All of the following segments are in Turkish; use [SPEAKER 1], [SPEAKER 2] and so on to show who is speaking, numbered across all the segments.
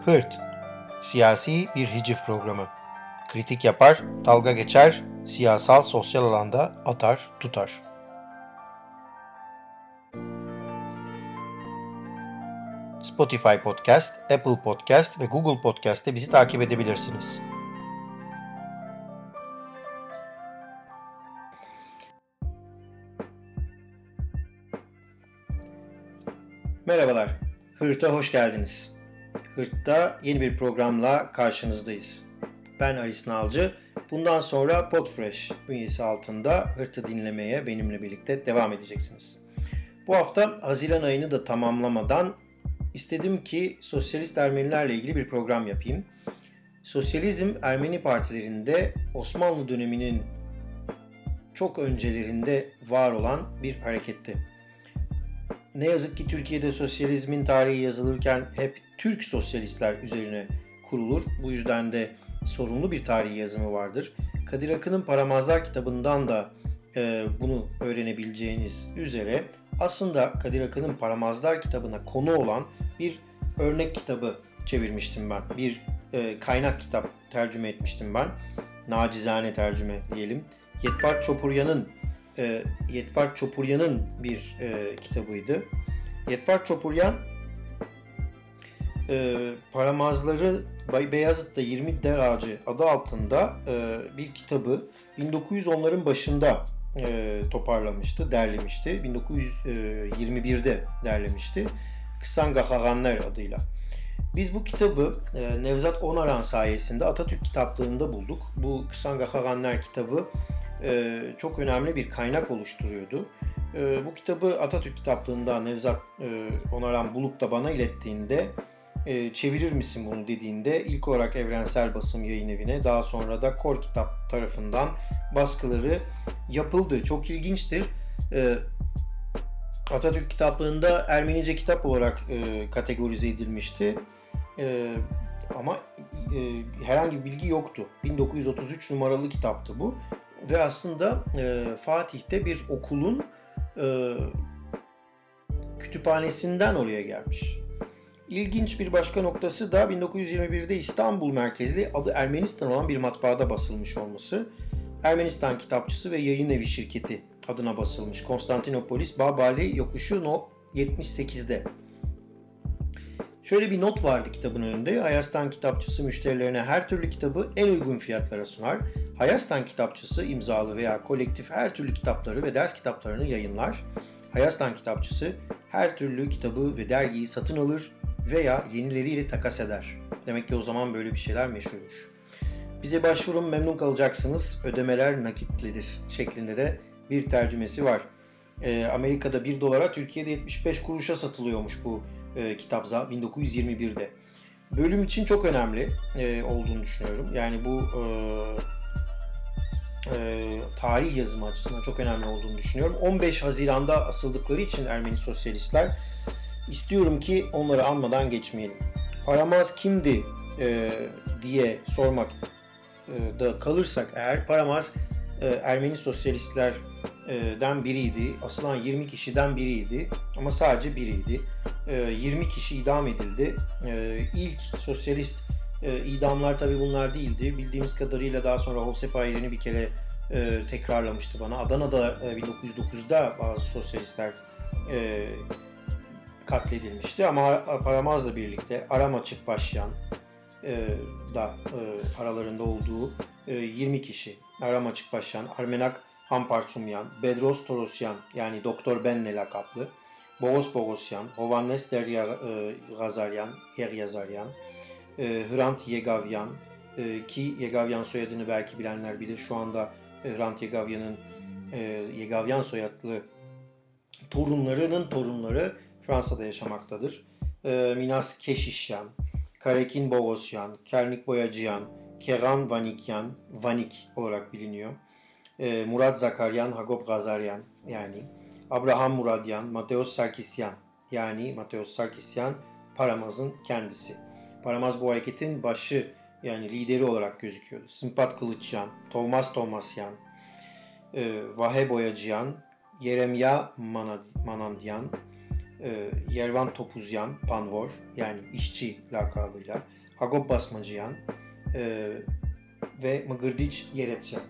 [SPEAKER 1] Hırt, siyasi bir hicif programı. Kritik yapar, dalga geçer, siyasal sosyal alanda atar tutar. Spotify Podcast, Apple Podcast ve Google Podcast'te bizi takip edebilirsiniz. Merhabalar, Hırt'a hoş geldiniz. Hırt'ta yeni bir programla karşınızdayız. Ben Aris Nalcı. Bundan sonra Podfresh üyesi altında Hırt'ı dinlemeye benimle birlikte devam edeceksiniz. Bu hafta Haziran ayını da tamamlamadan istedim ki sosyalist Ermenilerle ilgili bir program yapayım. Sosyalizm Ermeni partilerinde Osmanlı döneminin çok öncelerinde var olan bir hareketti. Ne yazık ki Türkiye'de sosyalizmin tarihi yazılırken hep Türk sosyalistler üzerine kurulur. Bu yüzden de sorunlu bir tarihi yazımı vardır. Kadir Akın'ın Paramazlar kitabından da bunu öğrenebileceğiniz üzere aslında Kadir Akın'ın Paramazlar kitabına konu olan bir örnek kitabı çevirmiştim ben. Bir kaynak kitap tercüme etmiştim ben. Nacizane tercüme diyelim. Yetvart Çopuryan'ın bir kitabıydı. Yetvart Çopuryan Paramazları Beyazıt'ta 20 Der Ağacı adı altında bir kitabı 1910'ların başında toparlamıştı, derlemişti. 1921'de derlemişti. Kısan Gahaganlar adıyla. Biz bu kitabı Nevzat Onaran sayesinde Atatürk kitaplığında bulduk. Bu Kısan Gahaganlar kitabı çok önemli bir kaynak oluşturuyordu. Bu kitabı Atatürk kitaplığında Nevzat Onaran bulup da bana ilettiğinde çevirir misin bunu dediğinde ilk olarak Evrensel Basım Yayın Evi'ne, daha sonra da Kor Kitap tarafından baskıları yapıldı. Çok ilginçtir. Atatürk kitaplığında Ermenice kitap olarak kategorize edilmişti. Ama herhangi bir bilgi yoktu. 1933 numaralı kitaptı bu. Ve aslında Fatih'te bir okulun kütüphanesinden oraya gelmiş. İlginç bir başka noktası da 1921'de İstanbul merkezli adı Ermenistan olan bir matbaada basılmış olması. Ermenistan Kitapçısı ve Yayın Evi Şirketi adına basılmış. Konstantinopolis Babali Yokuşu No 78'de. Şöyle bir not vardı kitabın önünde. Hayastan Kitapçısı müşterilerine her türlü kitabı en uygun fiyatlara sunar. Hayastan Kitapçısı imzalı veya kolektif her türlü kitapları ve ders kitaplarını yayınlar. Hayastan Kitapçısı her türlü kitabı ve dergiyi satın alır veya yenileriyle takas eder. Demek ki o zaman böyle bir şeyler meşhurmuş. Bize başvurun, memnun kalacaksınız, ödemeler nakitlidir şeklinde de bir tercümesi var. Amerika'da 1 dolara, Türkiye'de 75 kuruşa satılıyormuş bu kitap 1921'de. Bölüm için çok önemli olduğunu düşünüyorum. Yani bu tarih yazımı açısından çok önemli olduğunu düşünüyorum. 15 Haziran'da asıldıkları için Ermeni sosyalistler, istiyorum ki onları anmadan geçmeyelim. Paramaz kimdi diye sormak da kalırsak eğer, Paramaz Ermeni sosyalistlerden biriydi. Asılan 20 kişiden biriydi ama sadece biriydi. 20 kişi idam edildi. İlk sosyalist idamlar tabii bunlar değildi. Bildiğimiz kadarıyla daha sonra Hosep Ayreni bir kere tekrarlamıştı bana. Adana'da 1909'da bazı sosyalistler katledilmişti ama Paramaz'la birlikte Aram Açıkbaşyan da aralarında olduğu 20 kişi. Aram Açıkbaşyan, Armenak Hamparçumyan, Bedros Torosyan yani Doktor Benle lakaplı, Boğos Boğosyan, Hovannes Derya Gazaryan, Yeryazaryan, Hrant Yegavyan ki Yegavyan soyadını belki bilenler bilir. Şu anda Hrant Yegavyan'ın Yegavyan soyadlı torunlarının torunları Fransa'da yaşamaktadır. Minas Keşişyan, Karekin Boğosyan, Kernik Boyacıyan, Keran Vanikyan, Vanik olarak biliniyor. Murat Zakaryan, Hagop Gazaryan yani Abraham Muradyan, Mateos Sarkisyan yani Mateos Sarkisyan Paramaz'ın kendisi. Paramaz bu hareketin başı yani lideri olarak gözüküyordu. Sımpat Kılıçyan, Thomas Tomasyan, Vahe Boyacıyan, Yeremya Manandyan, Yervan Topuzyan Panvor yani işçi lakabıyla, Hagop Basmacıyan ve Mıgırdiç Yeretsyan.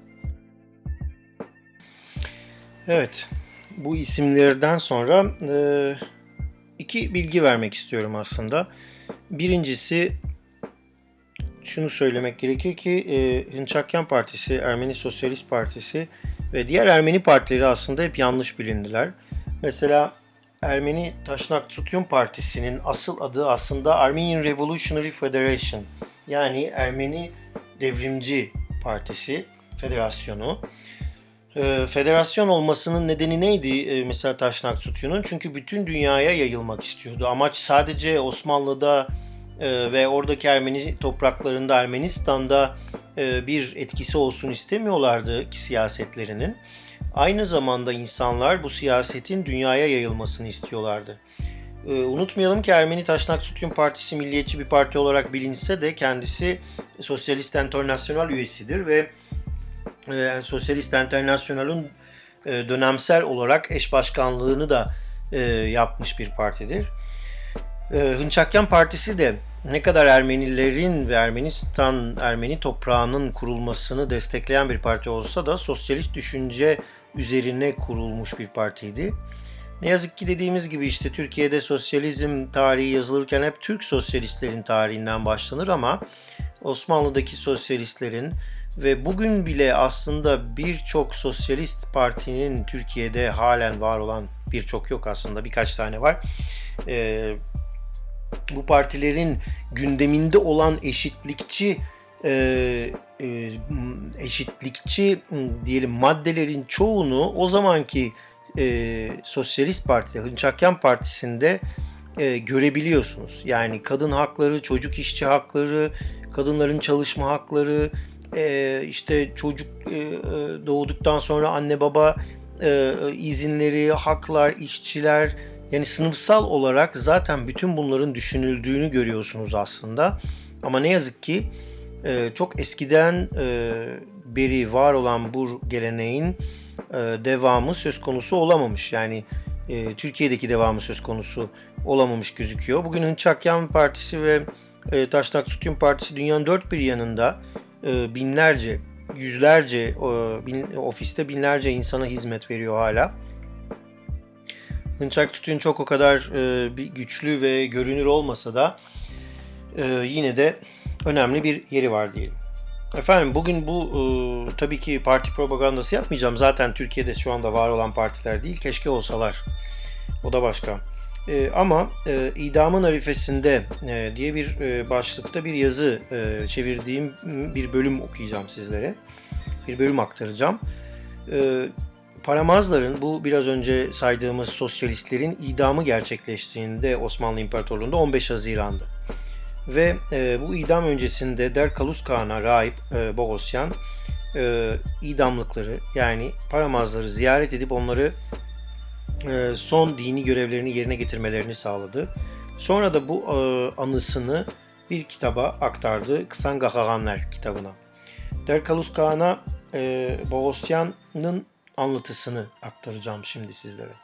[SPEAKER 1] Evet, bu isimlerden sonra iki bilgi vermek istiyorum aslında. Birincisi şunu söylemek gerekir ki Hınçakyan Partisi, Ermeni Sosyalist Partisi ve diğer Ermeni partileri aslında hep yanlış bilindiler. Mesela Ermeni Taşnak-Tsutyun Partisi'nin asıl adı aslında Armenian Revolutionary Federation, yani Ermeni Devrimci Partisi, Federasyonu. Federasyon olmasının nedeni neydi mesela Taşnak-Tsutyun'un? Çünkü bütün dünyaya yayılmak istiyordu. Amaç sadece Osmanlı'da ve oradaki Ermeni topraklarında, Ermenistan'da bir etkisi olsun istemiyorlardı siyasetlerinin. Aynı zamanda insanlar bu siyasetin dünyaya yayılmasını istiyorlardı. Unutmayalım ki Ermeni Taşnak-Tsutyun Partisi milliyetçi bir parti olarak bilinse de kendisi Sosyalist Enternasyonal üyesidir ve Sosyalist Enternasyonal'ın dönemsel olarak eş başkanlığını da yapmış bir partidir. Hınçakyan Partisi de ne kadar Ermenilerin ve Ermeni toprağının kurulmasını destekleyen bir parti olsa da sosyalist düşünce üzerine kurulmuş bir partiydi. Ne yazık ki dediğimiz gibi işte Türkiye'de sosyalizm tarihi yazılırken hep Türk sosyalistlerin tarihinden başlanır ama Osmanlı'daki sosyalistlerin ve bugün bile aslında birçok sosyalist partinin Türkiye'de halen var olan birçok yok aslında birkaç tane var. Bu partilerin gündeminde olan eşitlikçi diyelim maddelerin çoğunu o zamanki Sosyalist Parti'de, Hınçakyan Partisi'nde görebiliyorsunuz. Yani kadın hakları, çocuk işçi hakları, kadınların çalışma hakları, işte çocuk doğduktan sonra anne baba izinleri, haklar, işçiler, yani sınıfsal olarak zaten bütün bunların düşünüldüğünü görüyorsunuz aslında. Ama ne yazık ki çok eskiden beri var olan bu geleneğin devamı söz konusu olamamış. Yani Türkiye'deki devamı söz konusu olamamış gözüküyor. Bugün Hınçakyan Partisi ve Taşnak-Tsutyun Partisi dünyanın dört bir yanında binlerce, yüzlerce ofiste binlerce insana hizmet veriyor hala. Hınçak-Tsutyun çok o kadar bir güçlü ve görünür olmasa da yine de önemli bir yeri var diyelim. Efendim bugün bu tabii ki parti propagandası yapmayacağım. Zaten Türkiye'de şu anda var olan partiler değil. Keşke olsalar. O da başka. Ama idamın arifesinde diye bir başlıkta bir yazı çevirdiğim bir bölüm okuyacağım sizlere. Bir bölüm aktaracağım. Paramazların, bu biraz önce saydığımız sosyalistlerin idamı gerçekleştiğinde Osmanlı İmparatorluğu'nda 15 Haziran'da. Ve bu idam öncesinde Derkalus Kağan'a rahip Bogosyan idamlıkları yani Paramazları ziyaret edip onları son dini görevlerini yerine getirmelerini sağladı. Sonra da bu anısını bir kitaba aktardı. Kısangahaganlar kitabına. Derkalus Kağan'a Bogosyan'ın anlatısını aktaracağım şimdi sizlere.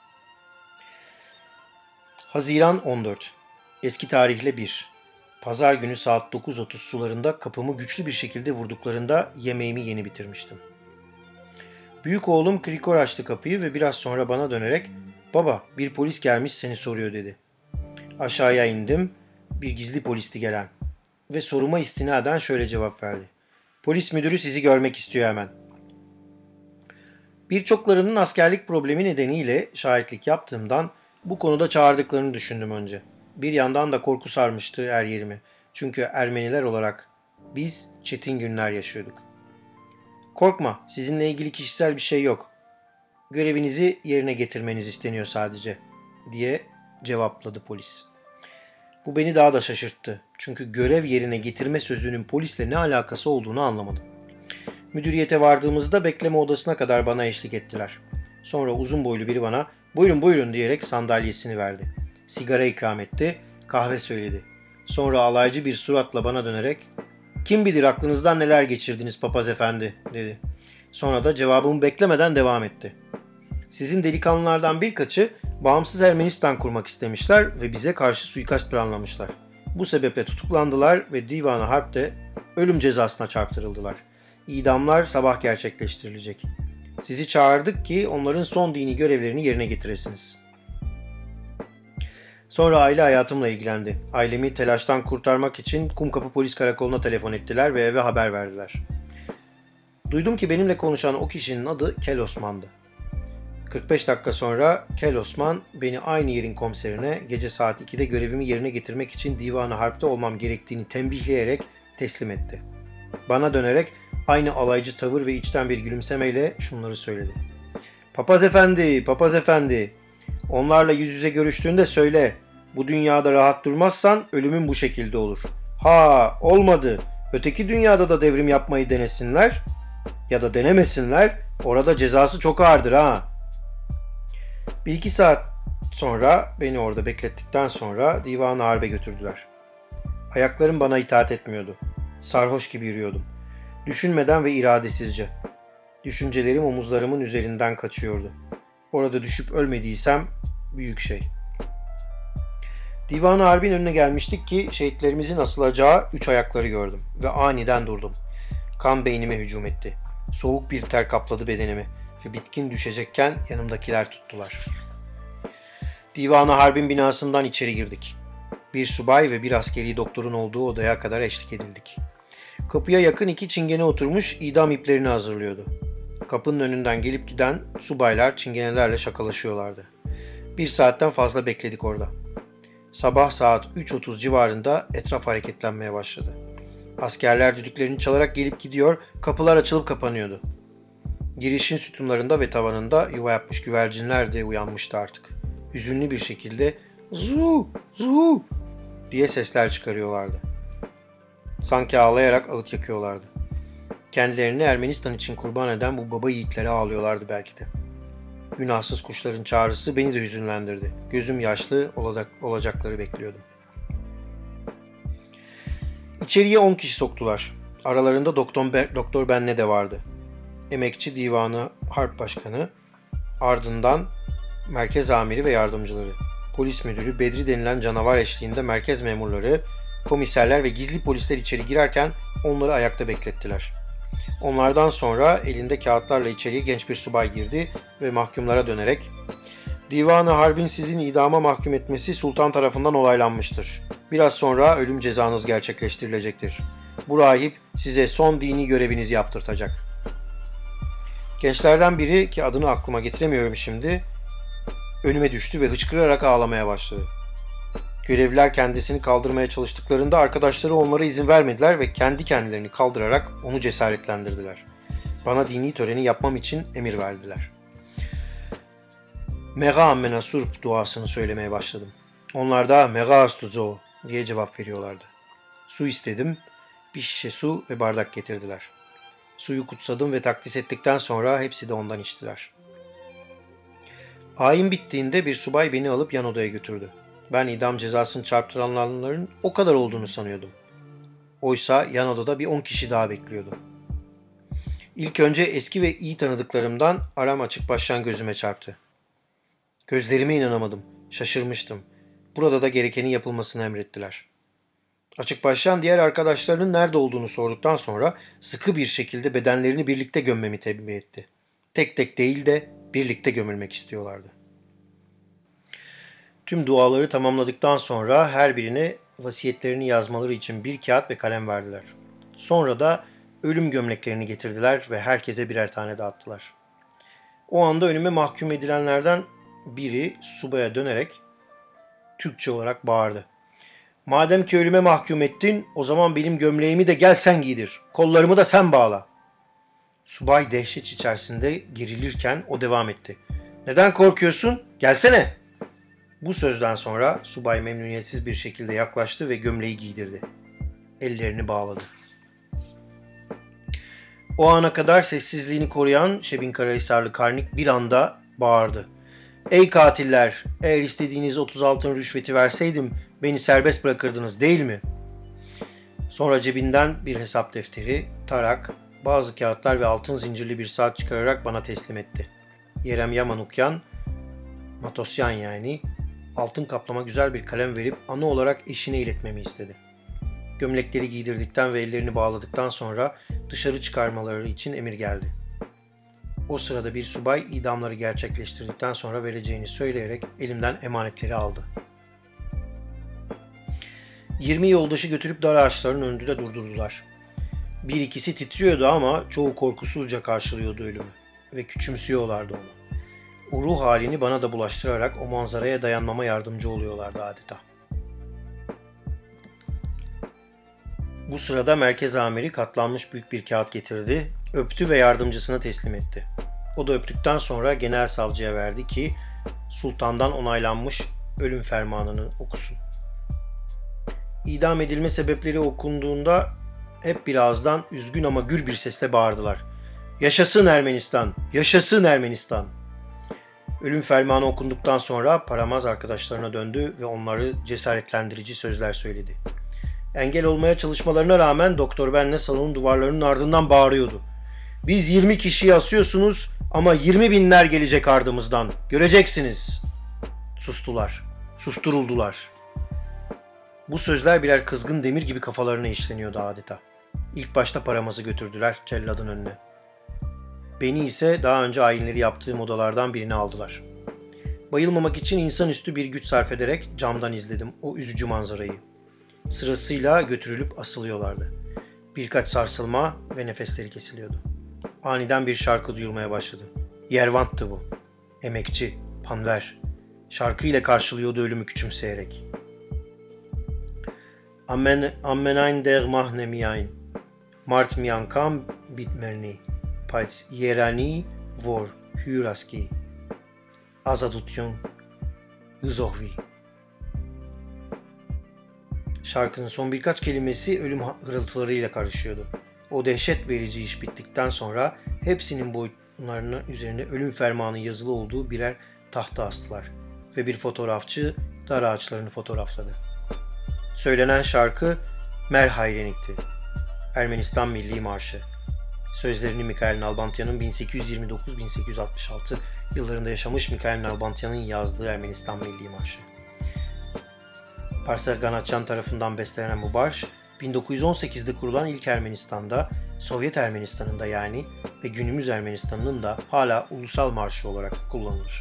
[SPEAKER 1] Haziran 14. Eski tarihle 1. Pazar günü saat 9.30 sularında kapımı güçlü bir şekilde vurduklarında yemeğimi yeni bitirmiştim. Büyük oğlum Krikor açtı kapıyı ve biraz sonra bana dönerek "Baba, bir polis gelmiş seni soruyor." dedi. Aşağıya indim. Bir gizli polisti gelen. Ve soruma istinaden şöyle cevap verdi. "Polis müdürü sizi görmek istiyor hemen." Birçoklarının askerlik problemi nedeniyle şahitlik yaptığımdan bu konuda çağırdıklarını düşündüm önce. Bir yandan da korku sarmıştı her yerimi. Çünkü Ermeniler olarak biz çetin günler yaşıyorduk. "Korkma, sizinle ilgili kişisel bir şey yok. Görevinizi yerine getirmeniz isteniyor sadece," diye cevapladı polis. Bu beni daha da şaşırttı. Çünkü görev yerine getirme sözünün polisle ne alakası olduğunu anlamadım. Müdüriyete vardığımızda bekleme odasına kadar bana eşlik ettiler. Sonra uzun boylu biri bana "Buyurun buyurun" diyerek sandalyesini verdi. Sigara ikram etti, kahve söyledi. Sonra alaycı bir suratla bana dönerek "Kim bilir aklınızdan neler geçirdiniz papaz efendi," dedi. Sonra da cevabımı beklemeden devam etti. "Sizin delikanlılardan birkaçı Bağımsız Ermenistan kurmak istemişler ve bize karşı suikast planlamışlar. Bu sebeple tutuklandılar ve Divan-ı Harp'te ölüm cezasına çarptırıldılar. İdamlar sabah gerçekleştirilecek. Sizi çağırdık ki onların son dini görevlerini yerine getiresiniz. Sonra aile hayatımla ilgilendi. Ailemi telaştan kurtarmak için Kumkapı Polis Karakolu'na telefon ettiler ve eve haber verdiler. Duydum ki benimle konuşan o kişinin adı Kel Osman'dı. 45 dakika sonra Kel Osman beni aynı yerin komiserine gece saat 2'de görevimi yerine getirmek için Divan-ı Harp'te olmam gerektiğini tembihleyerek teslim etti. Bana dönerek aynı alaycı tavır ve içten bir gülümsemeyle şunları söyledi. Papaz efendi, papaz efendi, onlarla yüz yüze görüştüğünde söyle, bu dünyada rahat durmazsan ölümün bu şekilde olur. Ha, olmadı, öteki dünyada da devrim yapmayı denesinler ya da denemesinler, orada cezası çok ağırdır ha. Bir iki saat sonra beni orada beklettikten sonra Divan-ı Harp'e götürdüler. Ayaklarım bana itaat etmiyordu. Sarhoş gibi yürüyordum. Düşünmeden ve iradesizce. Düşüncelerim omuzlarımın üzerinden kaçıyordu. Orada düşüp ölmediysem büyük şey. Divan-ı Harp'in önüne gelmiştik ki şehitlerimizin asılacağı 3 ayakları gördüm ve aniden durdum. Kan beynime hücum etti. Soğuk bir ter kapladı bedenimi ve bitkin düşecekken yanımdakiler tuttular. Divan-ı Harp'in binasından içeri girdik. Bir subay ve bir askeri doktorun olduğu odaya kadar eşlik edildik. Kapıya yakın 2 çingene oturmuş idam iplerini hazırlıyordu. Kapının önünden gelip giden subaylar çingenelerle şakalaşıyorlardı. 1 saatten fazla bekledik orada. Sabah saat 3.30 civarında etraf hareketlenmeye başladı. Askerler düdüklerini çalarak gelip gidiyor, kapılar açılıp kapanıyordu. Girişin sütunlarında ve tavanında yuva yapmış güvercinler de uyanmıştı artık. Hüzünlü bir şekilde "Zu, zu" diye sesler çıkarıyorlardı. Sanki ağlayarak ağıt yakıyorlardı. Kendilerini Ermenistan için kurban eden bu baba yiğitlere ağlıyorlardı belki de. Günahsız kuşların çağrısı beni de hüzünlendirdi. Gözüm yaşlı, olacakları bekliyordum. İçeriye 10 kişi soktular. Aralarında Doktor Benne de vardı. Emekçi Divanı Harp Başkanı, ardından merkez amiri ve yardımcıları, polis müdürü Bedri denilen canavar eşliğinde merkez memurları, komiserler ve gizli polisler içeri girerken onları ayakta beklettiler. Onlardan sonra elinde kağıtlarla içeriye genç bir subay girdi ve mahkumlara dönerek "Divan-ı Harp'in sizin idama mahkum etmesi sultan tarafından onaylanmıştır. Biraz sonra ölüm cezanız gerçekleştirilecektir. Bu rahip size son dini görevinizi yaptırtacak." Gençlerden biri, ki adını aklıma getiremiyorum şimdi, önüme düştü ve hıçkırarak ağlamaya başladı. Görevliler kendisini kaldırmaya çalıştıklarında arkadaşları onlara izin vermediler ve kendi kendilerini kaldırarak onu cesaretlendirdiler. Bana dini töreni yapmam için emir verdiler. "Mega ammena surp" duasını söylemeye başladım. Onlar da "Mega astuzo" diye cevap veriyorlardı. Su istedim, bir şişe su ve bardak getirdiler. Suyu kutsadım ve takdis ettikten sonra hepsi de ondan içtiler. Ayin bittiğinde bir subay beni alıp yan odaya götürdü. Ben idam cezasını çarptıranların o kadar olduğunu sanıyordum. Oysa yan odada bir 10 kişi daha bekliyordu. İlk önce eski ve iyi tanıdıklarımdan Aram Açıkbaşyan gözüme çarptı. Gözlerime inanamadım, şaşırmıştım. Burada da gerekenin yapılmasını emrettiler. Açıkbaşyan diğer arkadaşlarının nerede olduğunu sorduktan sonra sıkı bir şekilde bedenlerini birlikte gömmemi tembih etti. Tek tek değil de birlikte gömülmek istiyorlardı. Tüm duaları tamamladıktan sonra her birine vasiyetlerini yazmaları için bir kağıt ve kalem verdiler. Sonra da ölüm gömleklerini getirdiler ve herkese birer tane dağıttılar. O anda önüme mahkum edilenlerden biri subaya dönerek Türkçe olarak bağırdı. "Madem ki ölüme mahkum ettin, o zaman benim gömleğimi de gel sen giydir. Kollarımı da sen bağla." Subay dehşet içerisinde gerilirken o devam etti. "Neden korkuyorsun? Gelsene." Bu sözden sonra subay memnuniyetsiz bir şekilde yaklaştı ve gömleği giydirdi. Ellerini bağladı. O ana kadar sessizliğini koruyan Şebin Karahisarlı Karnik bir anda bağırdı. "Ey katiller! Eğer istediğiniz 30 altın rüşveti verseydim beni serbest bırakırdınız değil mi?" Sonra cebinden bir hesap defteri, tarak, bazı kağıtlar ve altın zincirli bir saat çıkararak bana teslim etti. Yerem Yamanukyan, Matosyan yani, altın kaplama güzel bir kalem verip anı olarak eşine iletmemi istedi. Gömlekleri giydirdikten ve ellerini bağladıktan sonra dışarı çıkarmaları için emir geldi. O sırada bir subay idamları gerçekleştirdikten sonra vereceğini söyleyerek elimden emanetleri aldı. 20 yoldaşı götürüp dar ağaçlarının önünde durdurdular. Bir ikisi titriyordu ama çoğu korkusuzca karşılıyordu ölümü ve küçümsüyorlardı onu. O ruh halini bana da bulaştırarak o manzaraya dayanmama yardımcı oluyorlardı adeta. Bu sırada merkez amiri katlanmış büyük bir kağıt getirdi, öptü ve yardımcısına teslim etti. O da öptükten sonra genel savcıya verdi ki sultandan onaylanmış ölüm fermanını okusun. İdam edilme sebepleri okunduğunda hep bir ağızdan üzgün ama gür bir sesle bağırdılar. Yaşasın Ermenistan! Yaşasın Ermenistan! Ölüm fermanı okunduktan sonra Paramaz arkadaşlarına döndü ve onları cesaretlendirici sözler söyledi. Engel olmaya çalışmalarına rağmen Doktor Benle salonun duvarlarının ardından bağırıyordu. Biz 20 kişiyi asıyorsunuz ama 20 binler gelecek ardımızdan. Göreceksiniz. Sustular. Susturuldular. Bu sözler birer kızgın demir gibi kafalarına işleniyordu adeta. İlk başta Paramaz'ı götürdüler celladın önüne. Beni ise daha önce ayinleri yaptığım odalardan birine aldılar. Bayılmamak için insanüstü bir güç sarf ederek camdan izledim o üzücü manzarayı. Sırasıyla götürülüp asılıyorlardı. Birkaç sarsılma ve nefesleri kesiliyordu. Aniden bir şarkı duyulmaya başladı. Yervant'tı bu. Emekçi, Panver. Şarkıyla karşılıyordu ölümü küçümseyerek. Ammenayn der mahnemiyayn. Mart miyankam bitmerni. Pats yerani vor hyraski. Azadutyon Yuzohvi. Şarkının son birkaç kelimesi ölüm hırıltılarıyla karışıyordu. O dehşet verici iş bittikten sonra hepsinin boyunlarının üzerine ölüm fermanı yazılı olduğu birer tahta astılar ve bir fotoğrafçı dar ağaçlarını fotoğrafladı. Söylenen şarkı Merhayrenik'ti. Ermenistan Milli Marşı. Sözlerini Mikhail Nalbantyan'ın 1829-1866 yıllarında yaşamış Mikhail Nalbantyan'ın yazdığı Ermenistan Milli Marşı. Parsel Ganatcan tarafından bestelenen bu marş, 1918'de kurulan ilk Ermenistan'da, Sovyet Ermenistan'ında yani ve günümüz Ermenistan'ın da hala ulusal marşı olarak kullanılır.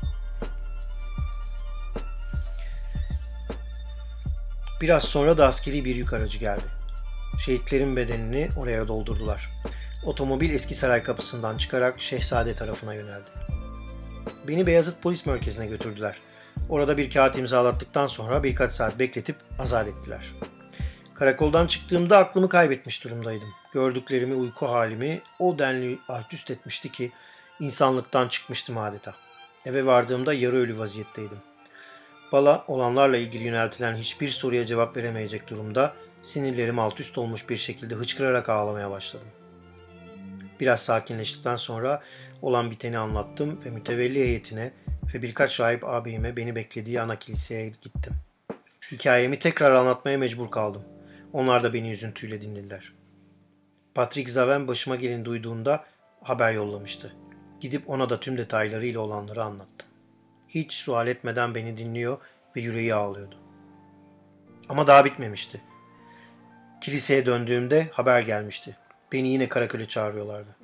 [SPEAKER 1] Biraz sonra da askeri bir yük aracı geldi. Şehitlerin bedenini oraya doldurdular. Otomobil Eski Saray kapısından çıkarak Şehzade tarafına yöneldi. Beni Beyazıt Polis Merkezi'ne götürdüler. Orada bir kağıt imzalattıktan sonra birkaç saat bekletip azat ettiler. Karakoldan çıktığımda aklımı kaybetmiş durumdaydım. Gördüklerimi, uyku halimi o denli alt üst etmişti ki insanlıktan çıkmıştım adeta. Eve vardığımda yarı ölü vaziyetteydim. Bana olanlarla ilgili yöneltilen hiçbir soruya cevap veremeyecek durumda sinirlerim alt üst olmuş bir şekilde hıçkırarak ağlamaya başladım. Biraz sakinleştikten sonra olan biteni anlattım ve mütevelli heyetine ve birkaç rahip ağabeyime beni beklediği ana kiliseye gittim. Hikayemi tekrar anlatmaya mecbur kaldım. Onlar da beni üzüntüyle dinlediler. Patrick Zaven başıma geleni duyduğunda haber yollamıştı. Gidip ona da tüm detaylarıyla olanları anlattım. Hiç sual etmeden beni dinliyor ve yüreği ağlıyordu. Ama daha bitmemişti. Kiliseye döndüğümde haber gelmişti. Beni yine karaköle çağırıyorlardı.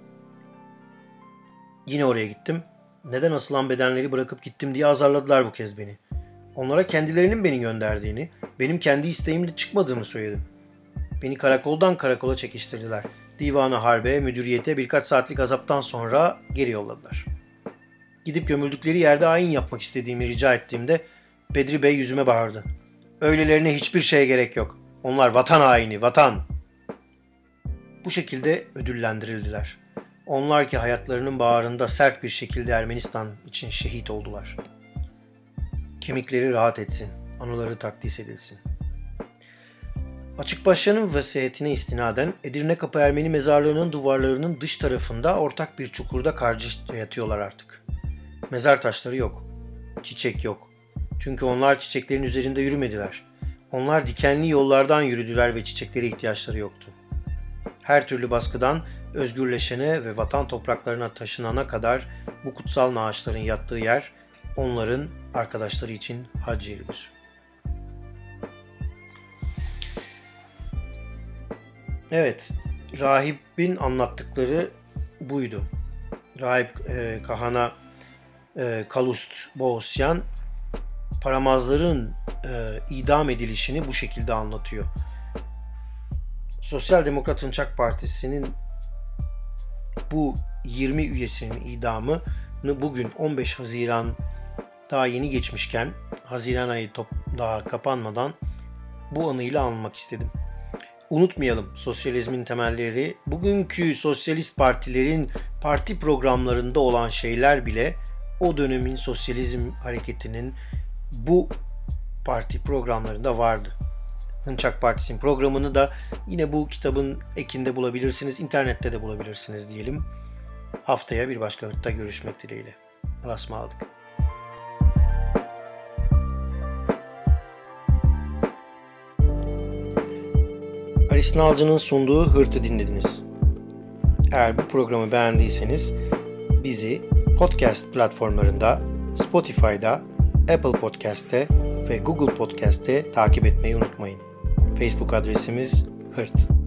[SPEAKER 1] Yine oraya gittim. Neden asılan bedenleri bırakıp gittim diye azarladılar bu kez beni. Onlara kendilerinin beni gönderdiğini, benim kendi isteğimle çıkmadığımı söyledim. Beni karakoldan karakola çekiştirdiler. Divan-ı Harbe, müdüriyete birkaç saatlik azaptan sonra geri yolladılar. Gidip gömüldükleri yerde ayin yapmak istediğimi rica ettiğimde Bedri Bey yüzüme bağırdı. Öylelerine hiçbir şeye gerek yok. Onlar vatan haini, vatan. Bu şekilde ödüllendirildiler. Onlar ki hayatlarının bağrında sert bir şekilde Ermenistan için şehit oldular. Kemikleri rahat etsin, anıları takdis edilsin. Açıkbaşlı'nın vesiyetine istinaden Edirne Kapı Ermeni mezarlığının duvarlarının dış tarafında ortak bir çukurda kardeşçe yatıyorlar artık. Mezar taşları yok, çiçek yok. Çünkü onlar çiçeklerin üzerinde yürümediler. Onlar dikenli yollardan yürüdüler ve çiçeklere ihtiyaçları yoktu. Her türlü baskıdan özgürleşene ve vatan topraklarına taşınana kadar bu kutsal naaşların yattığı yer onların arkadaşları için hac yeridir. Evet, rahibin anlattıkları buydu. Rahip Kahana Kalust Boğosyan paramazların idam edilişini bu şekilde anlatıyor. Sosyal Demokrat Hınçak Partisi'nin bu 20 üyesinin idamını bugün 15 Haziran daha yeni geçmişken, Haziran ayı daha kapanmadan bu anıyla anmak istedim. Unutmayalım, sosyalizmin temelleri, bugünkü sosyalist partilerin parti programlarında olan şeyler bile o dönemin sosyalizm hareketinin bu parti programlarında vardı. Hınçak Partisi'nin programını da yine bu kitabın ekinde bulabilirsiniz, internette de bulabilirsiniz diyelim. Haftaya bir başka hırtta görüşmek dileğiyle. Allah'a ısmarladık. Aris Nalcı'nın sunduğu Hırt'ı dinlediniz. Eğer bu programı beğendiyseniz bizi podcast platformlarında, Spotify'da, Apple Podcast'te ve Google Podcast'te takip etmeyi unutmayın. Facebook adresimiz Hırt.